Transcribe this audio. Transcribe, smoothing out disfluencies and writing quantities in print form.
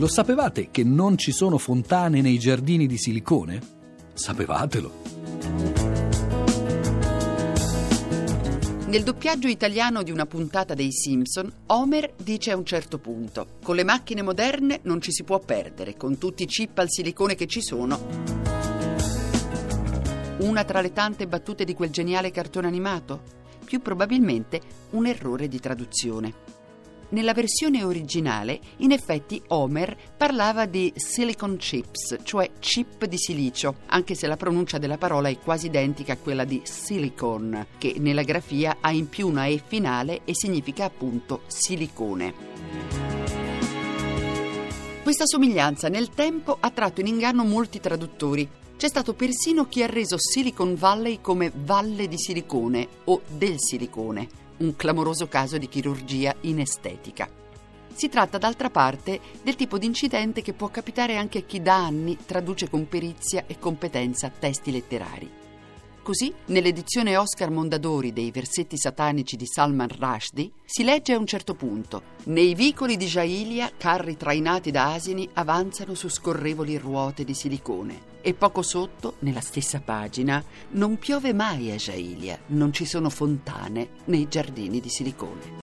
Lo sapevate che non ci sono fontane nei giardini di silicone? Sapevatelo. Nel doppiaggio italiano di una puntata dei Simpson, Homer dice a un certo punto: con le macchine moderne non ci si può perdere, con tutti i chip al silicone che ci sono. Una tra le tante battute di quel geniale cartone animato? Più probabilmente un errore di traduzione. Nella versione originale, in effetti, Homer parlava di silicon chips, cioè chip di silicio, anche se la pronuncia della parola è quasi identica a quella di silicon, che nella grafia ha in più una E finale e significa appunto silicone. Questa somiglianza nel tempo ha tratto in inganno molti traduttori. C'è stato persino chi ha reso Silicon Valley come Valle di Silicone o del Silicone, un clamoroso caso di chirurgia in estetica. Si tratta d'altra parte del tipo di incidente che può capitare anche a chi da anni traduce con perizia e competenza testi letterari. Così, nell'edizione Oscar Mondadori dei Versetti satanici di Salman Rushdie, si legge a un certo punto: nei vicoli di Jailia carri trainati da asini avanzano su scorrevoli ruote di silicone. E poco sotto, nella stessa pagina, non piove mai a Jailia, non ci sono fontane nei giardini di silicone.